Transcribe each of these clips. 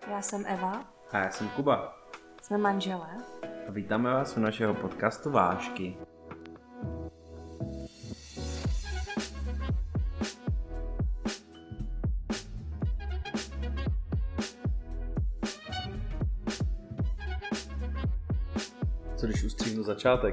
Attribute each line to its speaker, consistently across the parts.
Speaker 1: Já jsem Eva.
Speaker 2: A já jsem Kuba.
Speaker 1: Jsme manželé.
Speaker 2: A vítáme vás u našeho podcastu Vážky. Co když ustříhnu začátek?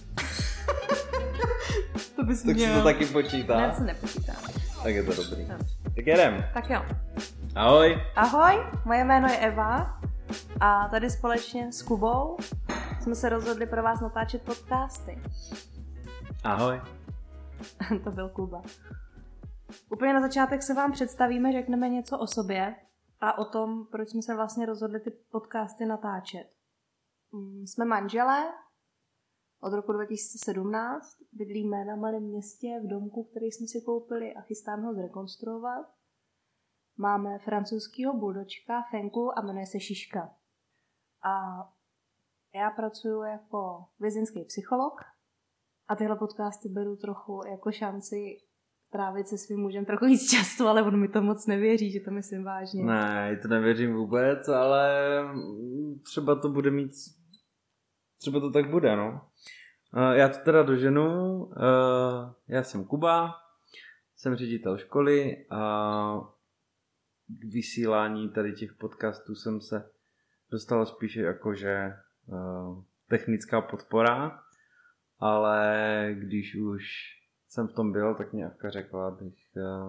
Speaker 1: To bys
Speaker 2: tak
Speaker 1: měl.
Speaker 2: se to taky počítá?
Speaker 1: Ne, se nepočítá.
Speaker 2: Tak je to dobrý.
Speaker 1: No.
Speaker 2: Tak jedem.
Speaker 1: Tak jo.
Speaker 2: Ahoj.
Speaker 1: Ahoj, moje jméno je Eva a tady společně s Kubou jsme se rozhodli pro vás natáčet podcasty.
Speaker 2: Ahoj.
Speaker 1: To byl Kuba. Úplně na začátek se vám představíme, řekneme něco o sobě a o tom, proč jsme se vlastně rozhodli ty podcasty natáčet. Jsme manželé od roku 2017, bydlíme na malém městě v domku, který jsme si koupili a chystáme ho zrekonstruovat. Máme francouzskýho buldočka, Fenku, a jmenuje se Šiška. A já pracuji jako vězeňský psycholog a tyhle podcasty beru trochu jako šanci trávit se svým mužem trochu víc času, ale on mi to moc nevěří, že to myslím vážně.
Speaker 2: Ne, to nevěřím vůbec, ale třeba to bude mít, třeba to tak bude, no. Já to teda doženu, já jsem Kuba, jsem ředitel školy a k vysílání tady těch podcastů jsem se dostal spíše jakože technická podpora, ale když už jsem v tom byl, tak mě Avka řekla, abych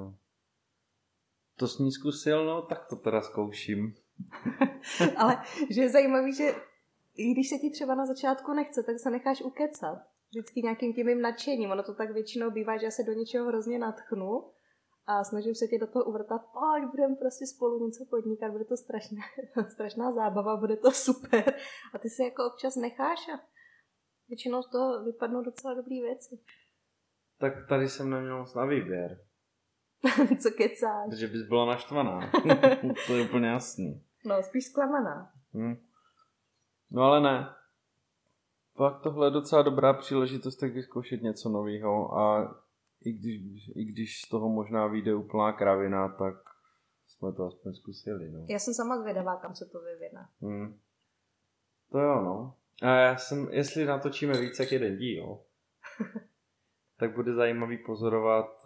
Speaker 2: to s ní zkusil, no tak to teda zkouším.
Speaker 1: Ale že je zajímavý, že i když se ti třeba na začátku nechce, tak se necháš ukecat. Vždycky nějakým tím mým nadšením. Ono to tak většinou bývá, že já se do něčeho hrozně nadchnu a snažím se tě do toho uvrtat. Pojď, budeme prostě spolu něco podnikat, bude to strašná zábava, bude to super. A ty se jako občas necháš a většinou z toho vypadnou docela dobrý věci.
Speaker 2: Tak tady jsem neměl moc na výběr.
Speaker 1: Co kecáš?
Speaker 2: Protože bys byla naštvaná. To je úplně jasný.
Speaker 1: No, spíš zklamaná.
Speaker 2: No ale ne. Pak tohle je docela dobrá příležitost tak vyzkoušet něco nového a i když z toho možná vyjde úplná kravina, tak jsme to aspoň zkusili, no.
Speaker 1: Já jsem sama zvědavá, kam se to vyvine.
Speaker 2: To jo, no. A jestli natočíme víc jak jeden díl, tak bude zajímavý pozorovat,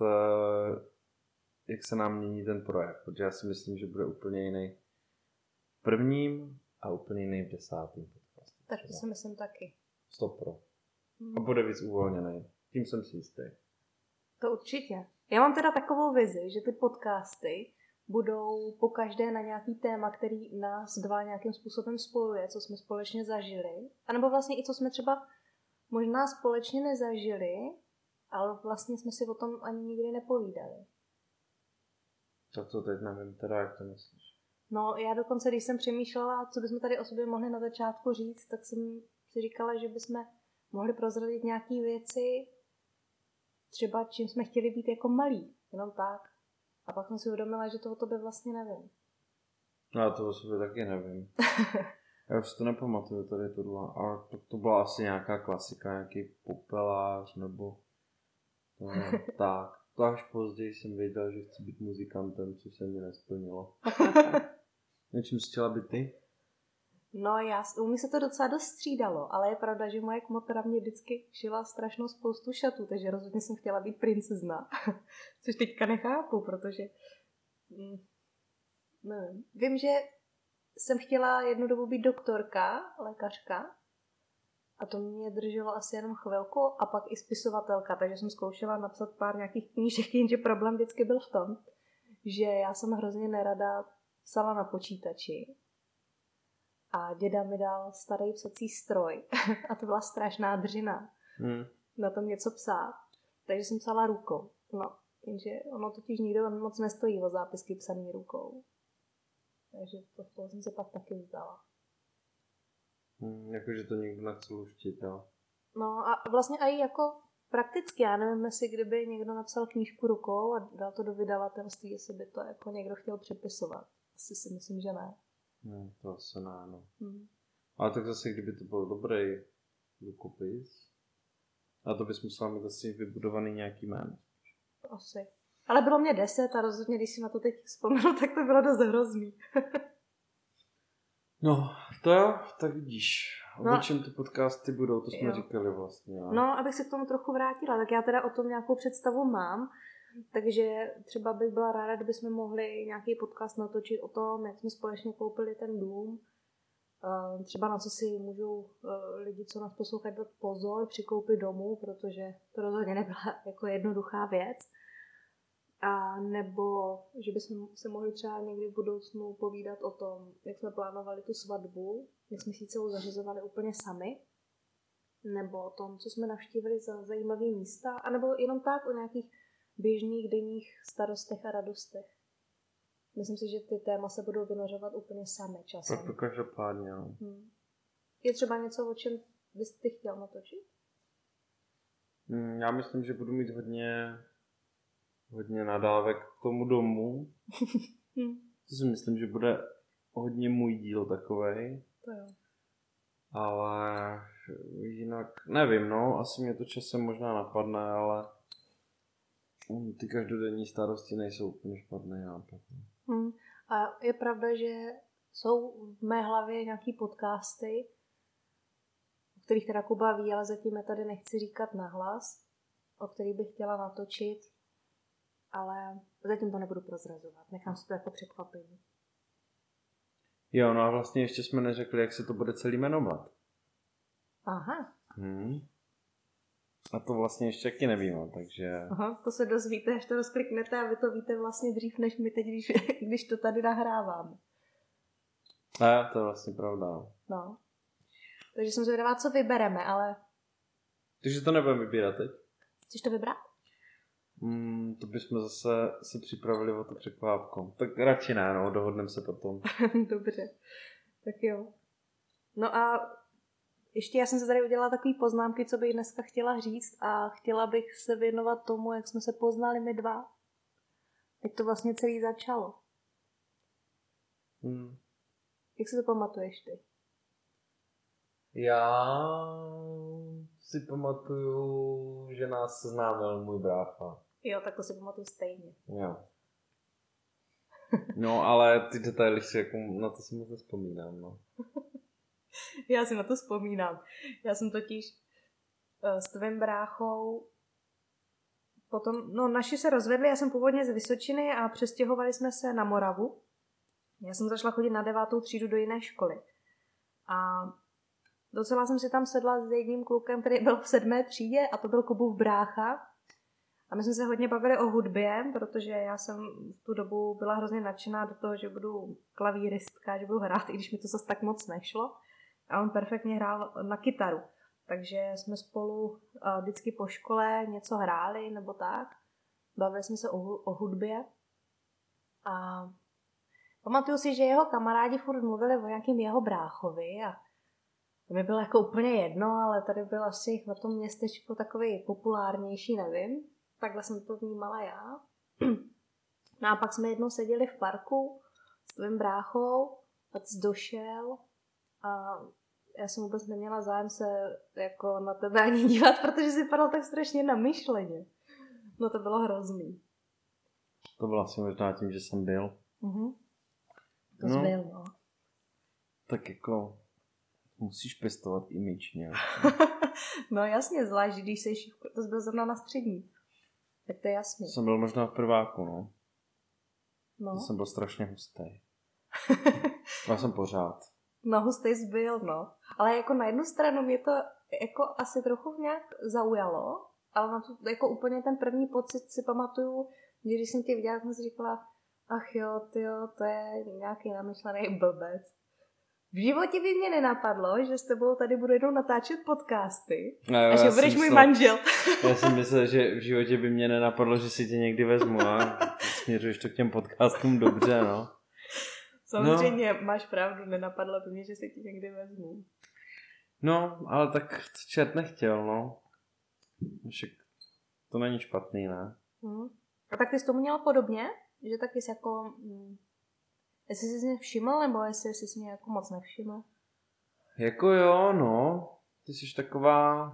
Speaker 2: jak se nám mění ten projekt, protože já si myslím, že bude úplně jiný v prvním a úplně jiný v 10. podcastu.
Speaker 1: Tak to si myslím taky.
Speaker 2: 100%. A bude víc uvolněný. Tím jsem si jistý.
Speaker 1: To určitě. Já mám teda takovou vizi, že ty podcasty budou pokaždé na nějaký téma, který nás dva nějakým způsobem spojuje, co jsme společně zažili. A nebo vlastně i co jsme třeba možná společně nezažili, ale vlastně jsme si o tom ani nikdy nepovídali.
Speaker 2: Tak to teď nevím teda, jak to myslíš.
Speaker 1: No já dokonce, když jsem přemýšlela, co bychom tady o sobě mohli na začátku říct, tak jsem si říkala, že bychom mohli prozradit nějaké věci, třeba čím jsme chtěli být jako malí, jenom tak. A pak jsem si uvědomila, že to o tobě vlastně nevím.
Speaker 2: No já to o sobě taky nevím. Já už si to nepamatuju tady tohle, ale to byla asi nějaká klasika, nějaký popelář nebo tak. To až později jsem věděl, že chci být muzikantem, což se mi nesplnilo. Něčím jsi chtěla být ty?
Speaker 1: No u mě se to docela dost střídalo, ale je pravda, že moje kmotra mě vždycky šila strašnou spoustu šatů, takže rozhodně jsem chtěla být princezna. Což teďka nechápu, protože nevím. Vím, že jsem chtěla jednu dobu být doktorka, lékařka, a to mě drželo asi jenom chvilku a pak i spisovatelka, takže jsem zkoušela napsat pár nějakých knížek, jenže problém vždycky byl v tom, že já jsem hrozně nerada psala na počítači a děda mi dal starý psací stroj a to byla strašná dřina na tom něco psát, takže jsem psala rukou. No, jenže ono totiž nikdo moc nestojí o zápisky psaný rukou. Takže toho jsem se pak taky vzdala.
Speaker 2: Jakože to někdo nechce luštit, jo.
Speaker 1: No a vlastně i jako prakticky, já nevím, jestli kdyby někdo napsal knížku rukou a dal to do vydavatelství, jestli by to jako někdo chtěl přepisovat. Asi si myslím, že ne.
Speaker 2: To asi ne, no. Ale tak zase, kdyby to byl dobrý rukopis, a to bys musela mít asi vybudovaný nějaký jméno.
Speaker 1: Asi. Ale bylo mě 10 a rozhodně, když si na to teď vzpomenu, tak to bylo dost hrozný.
Speaker 2: No, to jo, tak vidíš. O čem ty podcasty budou, to jsme říkali vlastně. Jo.
Speaker 1: No, abych se k tomu trochu vrátila, tak já teda o tom nějakou představu mám, takže třeba bych byla ráda, kdybychom mohli nějaký podcast natočit o tom, jak jsme společně koupili ten dům, třeba na co si můžou lidi, co nás poslouchají, dát pozor při koupi domu, protože to rozhodně nebyla jako jednoduchá věc. A nebo, že bychom se mohli třeba někdy v budoucnu povídat o tom, jak jsme plánovali tu svatbu, jak jsme si celou zařizovali úplně sami, nebo o tom, co jsme navštívili za zajímavé místa, anebo jenom tak o nějakých běžných denních starostech a radostech. Myslím si, že ty téma se budou vynořovat úplně sami časem.
Speaker 2: Tak to každopádně, jo.
Speaker 1: Je třeba něco, o čem bys ty chtěl natočit?
Speaker 2: Já myslím, že budu mít hodně nadávek k tomu domu. To si myslím, že bude hodně můj díl takovej.
Speaker 1: To jo.
Speaker 2: Ale jinak nevím, no, asi mě to časem možná napadne, ale ty každodenní starosti nejsou úplně špatné nápad.
Speaker 1: A je pravda, že jsou v mé hlavě nějaký podcasty, o kterých teda Kuba ví, ale zatím je tady nechci říkat nahlas, o kterých bych chtěla natočit, ale zatím to nebudu prozrazovat. Nechám si to jako překvapení.
Speaker 2: Jo, no a vlastně ještě jsme neřekli, jak se to bude celý jmenovat.
Speaker 1: Aha.
Speaker 2: A to vlastně ještě taky nevíme, takže...
Speaker 1: Aha, to se dozvíte, až to rozkliknete a vy to víte vlastně dřív, než my teď, když to tady nahráváme.
Speaker 2: A to je vlastně pravda.
Speaker 1: No. Takže jsem zvědavá, co vybereme, ale...
Speaker 2: Takže to nebudeme vybírat teď?
Speaker 1: Chceš to vybrat?
Speaker 2: To bychom zase se připravili o to překvápko. Tak radši ne, no, dohodneme se potom.
Speaker 1: Dobře, tak jo. No a ještě já jsem se tady udělala takový poznámky, co bych dneska chtěla říct a chtěla bych se věnovat tomu, jak jsme se poznali my dva. Jak to vlastně celý začalo. Jak si to pamatuješ ty?
Speaker 2: Já si pamatuju, že nás seznámil můj brácha.
Speaker 1: Jo, tak to si pamatuju stejně.
Speaker 2: Jo. No, ale ty detaily si jako, na to si moc nevzpomínám, no.
Speaker 1: Já si na to vzpomínám. Já jsem totiž s tvým bráchou potom, no naši se rozvedli, já jsem původně z Vysočiny a přestěhovali jsme se na Moravu. Já jsem začala chodit na 9. třídu do jiné školy. A docela jsem si tam sedla s jedním klukem, který byl v 7. třídě a to byl Kubův brácha. A my jsme se hodně bavili o hudbě, protože já jsem v tu dobu byla hrozně nadšená do toho, že budu klavíristka, že budu hrát, i když mi to zase tak moc nešlo. A on perfektně hrál na kytaru. Takže jsme spolu vždycky po škole něco hráli nebo tak. Bavili jsme se o hudbě. A pamatuju si, že jeho kamarádi furt mluvili o nějakým jeho bráchovi a to mi bylo jako úplně jedno, ale tady byl asi na tom městečku takový populárnější, nevím. Takhle jsem to vnímala já. No a pak jsme jednou seděli v parku s tvým bráchou a ty jsi došel a já jsem vůbec neměla zájem se jako na tebe ani dívat, protože jsi padal tak strašně namyšleně. No to bylo hrozný.
Speaker 2: To bylo asi možná tím, že jsem byl.
Speaker 1: To jsi byl, no.
Speaker 2: Tak jako musíš pěstovat image nějak.
Speaker 1: No jasně, zvlášť, když jsi, to jsi byl zrovna na střední. Tak to je jasný.
Speaker 2: Jsem byl možná v prváku, no.
Speaker 1: No.
Speaker 2: To jsem byl strašně hustý. Já jsem pořád.
Speaker 1: No, hustý jsi byl, no. Ale jako na jednu stranu mě to jako asi trochu nějak zaujalo, ale na to jako úplně ten první pocit si pamatuju, že když jsem tě viděla, jsem si říkala, ach jo, tyjo, to je nějaký namyšlený blbec. V životě by mě nenapadlo, že s tebou tady budu jednou natáčet podcasty a že budeš můj manžel.
Speaker 2: Já jsem myslel, že v životě by mě nenapadlo, že si tě někdy vezmu a směřuješ to k těm podcastům dobře, no.
Speaker 1: Samozřejmě máš pravdu, nenapadlo by mě, že si tě někdy vezmu.
Speaker 2: No, ale tak čert nechtěl, no. Však to není špatný, ne?
Speaker 1: A tak ty jsi tomu měla podobně? Že taky jsi jako... Jestli jsi mě všiml, nebo jestli jsi mě jako moc nevšiml?
Speaker 2: Jako jo, no. Ty jsi taková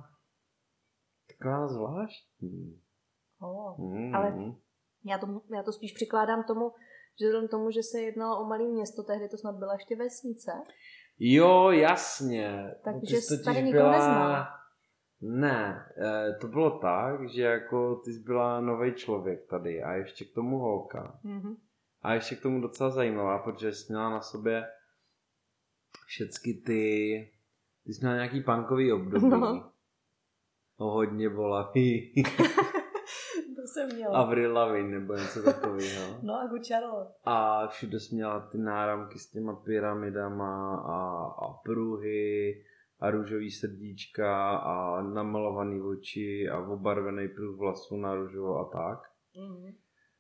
Speaker 2: zvláštní.
Speaker 1: Ale já to spíš přikládám tomu, že vzhledem tomu, že se jednalo o malé město, tehdy to snad byla ještě vesnice.
Speaker 2: Jo, jasně.
Speaker 1: Takže jsi tady nikoho neznal.
Speaker 2: Ne, to bylo tak, že jako ty jsi byla nový člověk tady a ještě k tomu holka.
Speaker 1: Mm-hmm.
Speaker 2: A ještě k tomu docela zajímavá, protože jsi měla na sobě všechny ty jsi měla nějaký punkový období. No. Hodně bolavý.
Speaker 1: To jsem měla.
Speaker 2: Avril Lavigne nebo něco takového.
Speaker 1: No a Gučarlo.
Speaker 2: A všude jsi měla ty náramky s těma pyramidama a pruhy a růžový srdíčka a namalovaný oči a obarvený pruh vlasů na růžovo a tak. Mm-hmm.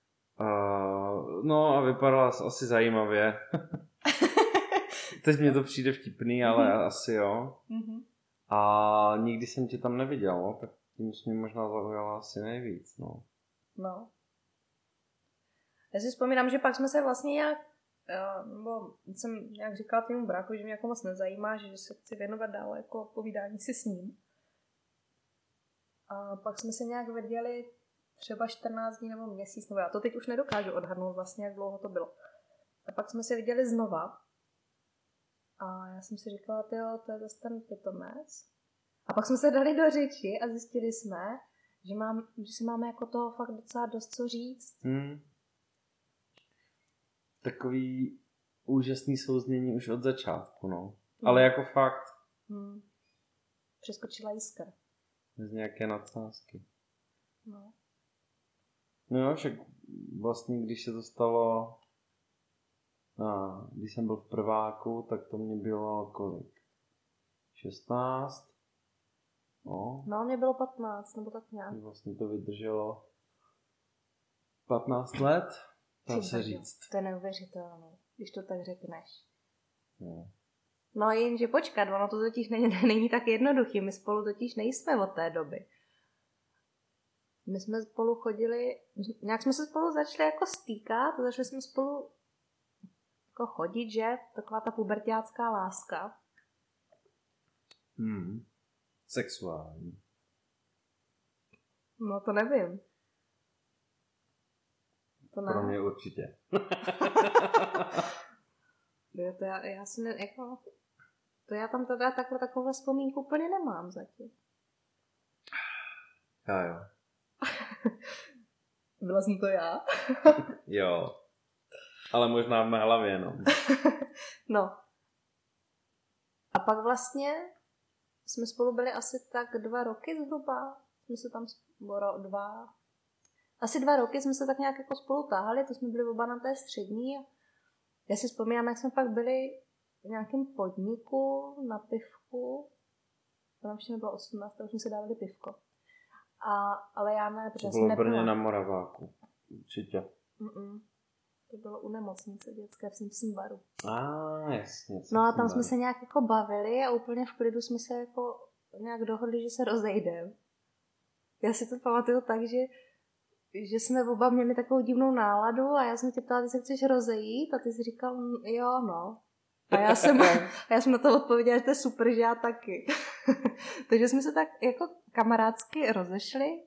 Speaker 2: No a vypadala asi zajímavě. Teď mi to přijde vtipný, ale asi jo. Mm-hmm. A nikdy jsem tě tam neviděl, tak tím jsi mě možná zaujala asi nejvíc.
Speaker 1: No. Já si vzpomínám, že pak jsme se vlastně nějak, nebo jsem nějak říkala týmu bráku, že mě jako moc nezajímá, že se chci věnovat dál jako povídání si s ním. A pak jsme se nějak viděli třeba 14 dní nebo měsíc, nebo já to teď už nedokážu odhadnout vlastně, jak dlouho to bylo. A pak jsme se viděli znova. A já jsem si říkala, tyjo, to je zase ten pitomec. A pak jsme se dali do řeči a zjistili jsme, že si máme jako toho fakt docela dost co říct.
Speaker 2: Takový úžasný souznění už od začátku, no. Ale jako fakt.
Speaker 1: Přeskočila jiskra.
Speaker 2: Z nějaké nadsázky.
Speaker 1: No.
Speaker 2: No jo, však vlastně, když se to stalo, když jsem byl v prváku, tak to mě bylo kolik? 16?
Speaker 1: No, mě bylo 15, nebo tak nějak.
Speaker 2: Vlastně to vydrželo 15 let, dá se říct.
Speaker 1: To je neuvěřitelné, když to tak řekneš. No jenže počkat, ono to totiž není tak jednoduchý, my spolu totiž nejsme od té doby. My jsme spolu chodili, nějak jsme se spolu začali jako stýkat, začali jsme spolu jako chodit, že? Taková ta puberťácká láska.
Speaker 2: Sexuální.
Speaker 1: No to nevím. To
Speaker 2: pro mě určitě.
Speaker 1: To já si jako... To já tam teda takovou vzpomínku úplně nemám zatím.
Speaker 2: Já jo.
Speaker 1: Byla jsem to já?
Speaker 2: Jo. Ale možná v mé hlavě, no.
Speaker 1: No. A pak vlastně jsme spolu byli asi tak 2 roky zhruba. Jsme se tam asi 2 roky jsme se tak nějak jako spolu táhali, to jsme byli oba na té střední. Já si vzpomínám, jak jsme pak byli v nějakém podniku na pivku. To nám ještě nebylo 18, tak jsme si dávali pivko. Ale já ne, protože jsem nepila.
Speaker 2: To bylo v Brně na Moraváku, určitě.
Speaker 1: To bylo u nemocnice dětské v Simpson baru.
Speaker 2: Jasně.
Speaker 1: No a tam jsme se nějak jako bavili a úplně v klidu jsme se jako nějak dohodli, že se rozejdeme. Já si to pamatuju tak, že jsme oba měli takovou divnou náladu a já jsem tě ptala, ty se chceš rozejít a ty jsi říkal, jo, no. A já jsem na to odpověděla, že to je super, že já taky. Takže jsme se tak jako kamarádsky rozešli,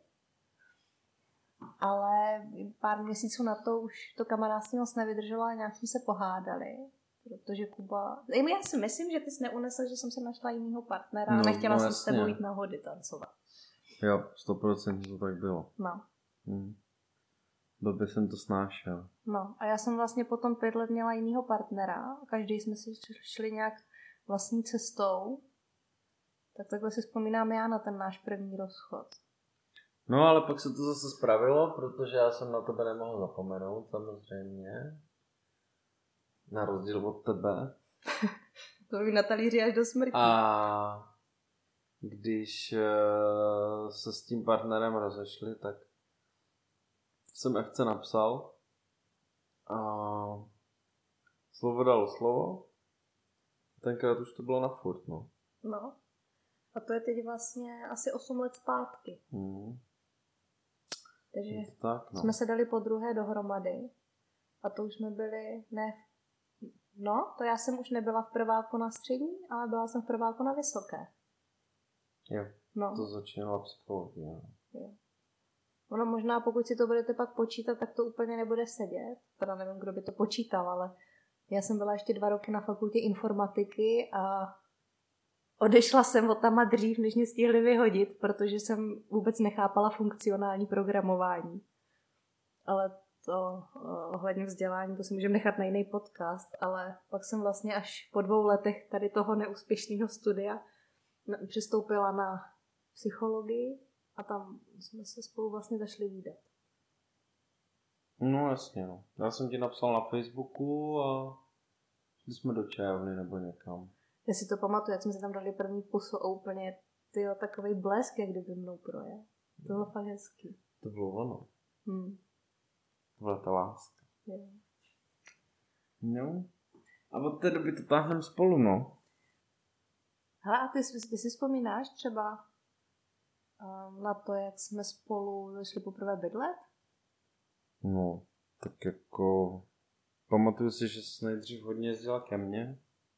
Speaker 1: ale pár měsíců na to už to kamarádství moc nevydrželo a nějak jsme se pohádali, protože Kuba... Já si myslím, že ty jsi neunesl, že jsem se našla jinýho partnera a nechtěla jsem s tebou jít na hody tancovat.
Speaker 2: Jo, 100% to tak bylo.
Speaker 1: No.
Speaker 2: Dobře jsem to snášel.
Speaker 1: No a já jsem vlastně potom 5 let měla jinýho partnera. Každý jsme si šli nějak vlastní cestou. Tak takhle si vzpomínám já na ten náš první rozchod.
Speaker 2: No ale pak se to zase spravilo, protože já jsem na tebe nemohl zapomenout, samozřejmě. Na rozdíl od tebe.
Speaker 1: To by na talíři až do smrti.
Speaker 2: A když se s tím partnerem rozešli, tak jsem FC napsal a slovo dalo slovo. Tenkrát už to bylo na furt, no.
Speaker 1: No. A to je teď vlastně asi 8 let zpátky. Takže
Speaker 2: tak, no.
Speaker 1: Jsme se dali po druhé dohromady. A to už jsme byli, to já jsem už nebyla v prváku na střední, ale byla jsem v prváku na vysoké.
Speaker 2: Jo, to začínala psychologie.
Speaker 1: Jo. Ono možná, pokud si to budete pak počítat, tak to úplně nebude sedět. Teda nevím, kdo by to počítal, ale Já jsem byla ještě 2 roky na fakultě informatiky a odešla jsem od tam dřív, než mě stihli vyhodit, protože jsem vůbec nechápala funkcionální programování. Ale to ohledně vzdělání, to si můžeme nechat na jiný podcast, ale pak jsem vlastně až po 2 letech tady toho neúspěšného studia přistoupila na psychologii a tam jsme se spolu vlastně zašli vídat.
Speaker 2: No jasně, no. Já jsem ti napsal na Facebooku a šli jsme do čajovny nebo někam.
Speaker 1: Já si to pamatuju, jak jsme si tam dali první pusu a úplně takovej blesk, jak kdyby mnou projel. To bylo fakt hezký.
Speaker 2: To bylo ono. To byla ta láska.
Speaker 1: Jo.
Speaker 2: No. A od té doby to táhneme spolu, no.
Speaker 1: Hele, a ty si vzpomínáš třeba na to, jak jsme spolu zašli poprvé bydlet?
Speaker 2: No, tak jako... Pamatuju si, že jsi nejdřív hodně jezdila ke mně.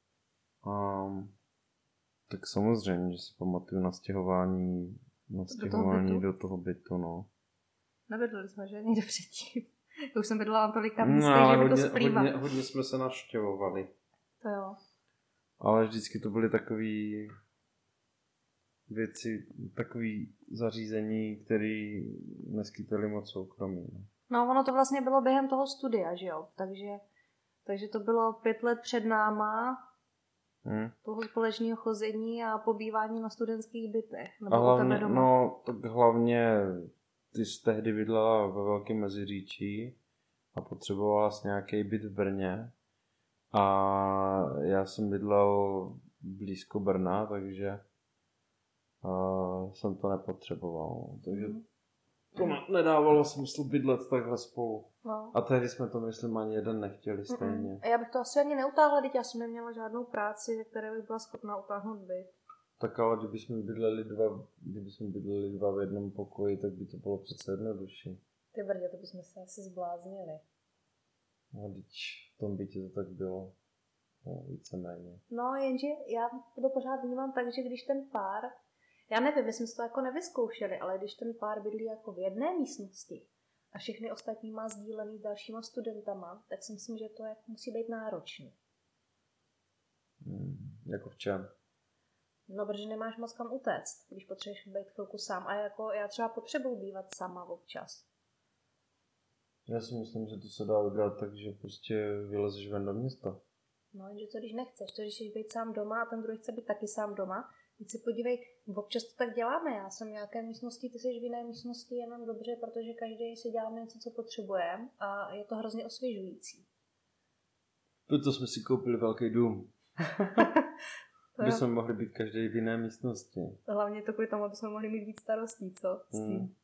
Speaker 2: Tak samozřejmě, že si pamatuju na stěhování do toho bytu, no.
Speaker 1: Nebydleli jsme, že? Někde předtím. To už jsem bydlela na tolika místech,
Speaker 2: no,
Speaker 1: že mi to splývá.
Speaker 2: Hodně jsme se navštěvovali.
Speaker 1: To jo.
Speaker 2: Ale vždycky to byly takový věci, takový zařízení, které neskytaly moc soukromí.
Speaker 1: No, ono to vlastně bylo během toho studia, že jo? Takže to bylo 5 let před náma, toho společného chození a pobývání na studentských bytech. Nebo
Speaker 2: a hlavně,
Speaker 1: u tebe doma.
Speaker 2: no, tak hlavně ty jsi tehdy bydlela ve Velkém Meziříčí a potřebovala jsi nějaký byt v Brně. A já jsem bydlel blízko Brna, takže jsem to nepotřeboval. Takže to nedávalo smysl bydlet takhle spolu. No. A tehdy jsme to, myslím, ani jeden nechtěli stejně.
Speaker 1: Já bych to asi ani neutáhla, teď já jsem neměla žádnou práci, ze které bych byla schopná utáhnout byt.
Speaker 2: Tak ale kdybychom bydleli dva v jednom pokoji, tak by to bylo přece jednodušší.
Speaker 1: Ty brdě, to bychom se asi zbláznili.
Speaker 2: No, teď v tom bytě to tak bylo. No, víceméně.
Speaker 1: No, jenže já to pořád vnímám tak, že když ten pár, já nevím, my jsme to jako nevyzkoušeli, ale když ten pár bydlí jako v jedné místnosti a všechny ostatní má sdílený s dalšíma studentama, tak si myslím, že to jako musí být náročný.
Speaker 2: Jako v čem?
Speaker 1: No, protože nemáš moc kam utéct, když potřebuješ být chvilku sám. A jako já třeba potřebuji bývat sama občas.
Speaker 2: Já si myslím, že to se dá udělat tak, že prostě vylezeš ven do města.
Speaker 1: No, jenže co když nechceš, to když chceš být sám doma a ten druhý chce být taky sám doma. Teď si podívej, občas to tak děláme, já jsem v nějaké místnosti, ty jsi v jiné místnosti, jenom dobře, protože každý si děláme něco, co potřebujeme a je to hrozně osvěžující.
Speaker 2: Proto jsme si koupili velký dům. Aby jsme mohli být každý v jiné místnosti.
Speaker 1: Hlavně to kvůli tomu, aby jsme mohli mít víc starostí, co? S tím.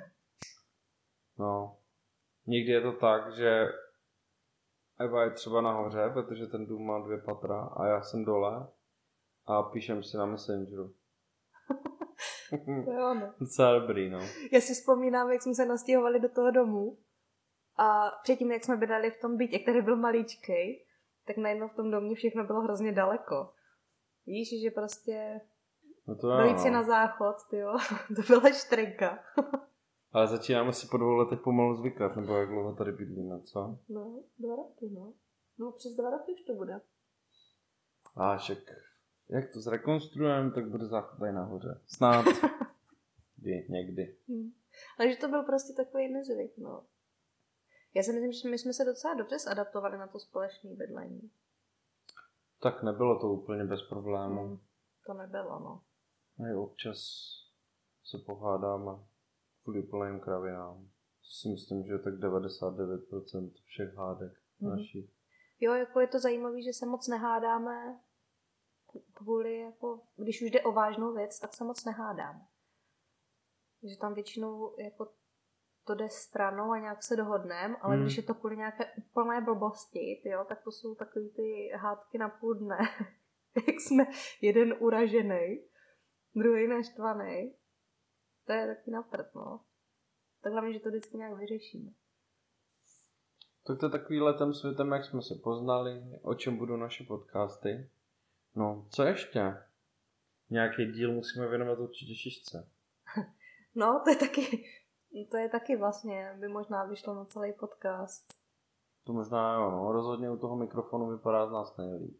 Speaker 2: No. Někdy je to tak, že Eva je třeba nahoře, protože ten dům má 2 patra a já jsem dole a píšem si na Messengeru.
Speaker 1: To je ono.
Speaker 2: Docela dobrý, no.
Speaker 1: Já si vzpomínám, jak jsme se nastěhovali do toho domu a předtím, jak jsme bydleli v tom bytě, který byl maličkej, tak najednou v tom domě všechno bylo hrozně daleko. Víš, že prostě dojít si na záchod, tyjo, to byla štrenka.
Speaker 2: Ale začínáme si po 2 letech pomalu zvykat, nebo jak dlouho tady bydlíme, co?
Speaker 1: No, 2 roky, no. No, přes 2 roky už to bude.
Speaker 2: A však, jak to zrekonstruujeme, tak bude záchod tady nahoře. Snad. Někdy.
Speaker 1: Ale že to byl prostě takový nezvyk, no. Já si myslím, že my jsme se docela dobře zadaptovali na to společné bydlení.
Speaker 2: Tak nebylo to úplně bez problémů.
Speaker 1: To nebylo, no.
Speaker 2: A i občas se pohádáme kvůli úplným kravinám. To si myslím, že je tak 99% všech hádek našich. Jo,
Speaker 1: jako je to zajímavé, že se moc nehádáme kvůli, jako, když už jde o vážnou věc, tak se moc nehádáme. Že tam většinou jako to jde stranou a nějak se dohodneme, ale když je to kvůli nějaké úplné blbosti, tyjo, tak to jsou takový ty hádky na půl dne. Jak jsme jeden uražený, druhý naštvaný. To je taky na prd, no. Tak hlavně, že to vždycky nějak vyřešíme.
Speaker 2: Tak to je takový letem světem, jak jsme se poznali, o čem budou naše podcasty. No, co ještě? Nějaký díl musíme věnovat určitě šišce.
Speaker 1: No, to je taky vlastně, by možná vyšlo na celý podcast.
Speaker 2: To možná jo, no. Rozhodně u toho mikrofonu vypadá z nás nejlíp.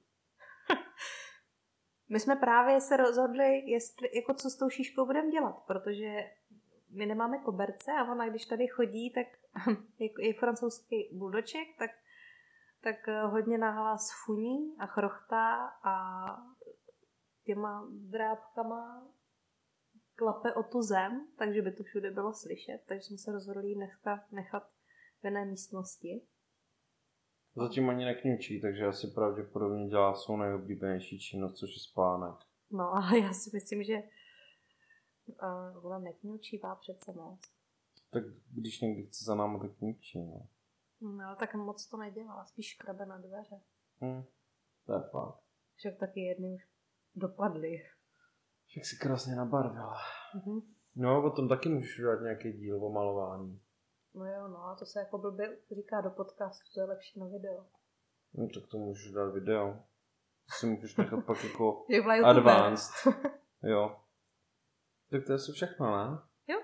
Speaker 1: My jsme právě se rozhodli, jako co s tou šíškou budeme dělat, protože my nemáme koberce a ona, když tady chodí, tak je francouzský buldoček, tak hodně nahlas funí a chrochtá a těma drápkama klape o tu zem, takže by to všude bylo slyšet, takže jsme se rozhodli ji dneska nechat v jiné místnosti.
Speaker 2: Zatím ani nekňučí, takže asi pravděpodobně dělá svou nejoblíbenější činnost, což je spánek.
Speaker 1: No ale já si myslím, že ona nekňučívá přece moc.
Speaker 2: Tak když někdy chce za náma, tak kňučí, no.
Speaker 1: No, tak moc to nedělá, spíš škrabe na dveře.
Speaker 2: To je fakt.
Speaker 1: Však taky jedny už dopadly.
Speaker 2: Však si krásně nabarvila.
Speaker 1: Mhm.
Speaker 2: No, potom taky můžeš dát nějaký díl o malování.
Speaker 1: No jo, no, a to se jako blbě říká do podcastu, to je lepší na video.
Speaker 2: No, tak to můžeš dát video. To si můžeš nechat pak jako
Speaker 1: Jak
Speaker 2: advanced. Jo. Tak to je asi všechno, ne?
Speaker 1: Jo.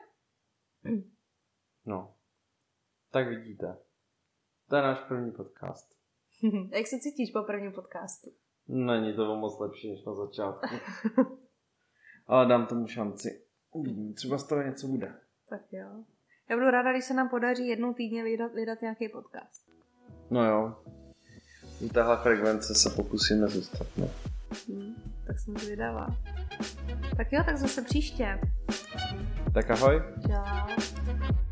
Speaker 2: No. Tak vidíte. To je náš první podcast.
Speaker 1: Jak se cítíš po prvním podcastu?
Speaker 2: Není to moc lepší než na začátku. Ale dám tomu šanci. Uvidím, třeba z toho něco bude.
Speaker 1: Tak jo. Já budu ráda, když se nám podaří jednou týdně vydat nějaký podcast.
Speaker 2: No jo. U téhle frekvence se pokusíme zůstat, no.
Speaker 1: Tak jsem zvědavá. Tak jo, tak zase příště.
Speaker 2: Tak ahoj.
Speaker 1: Čau.